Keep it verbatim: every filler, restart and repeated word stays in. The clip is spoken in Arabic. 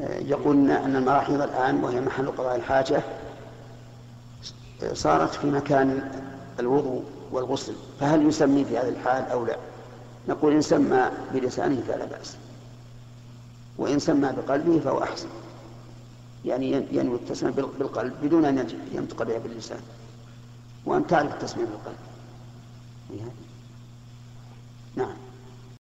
يقول أن المراحيض الآن وهي محل قضاء الحاجة صارت في مكان الوضوء والغسل، فهل يسمي في هذه الحال أو لا؟ نقول إن سمى بلسانه فلا بأس، وإن سمى بقلبه فهو أحسن، يعني ينوي التسمية بالقلب بدون أن ينطق بها باللسان، وأن تعرف التسمية بالقلب. نعم.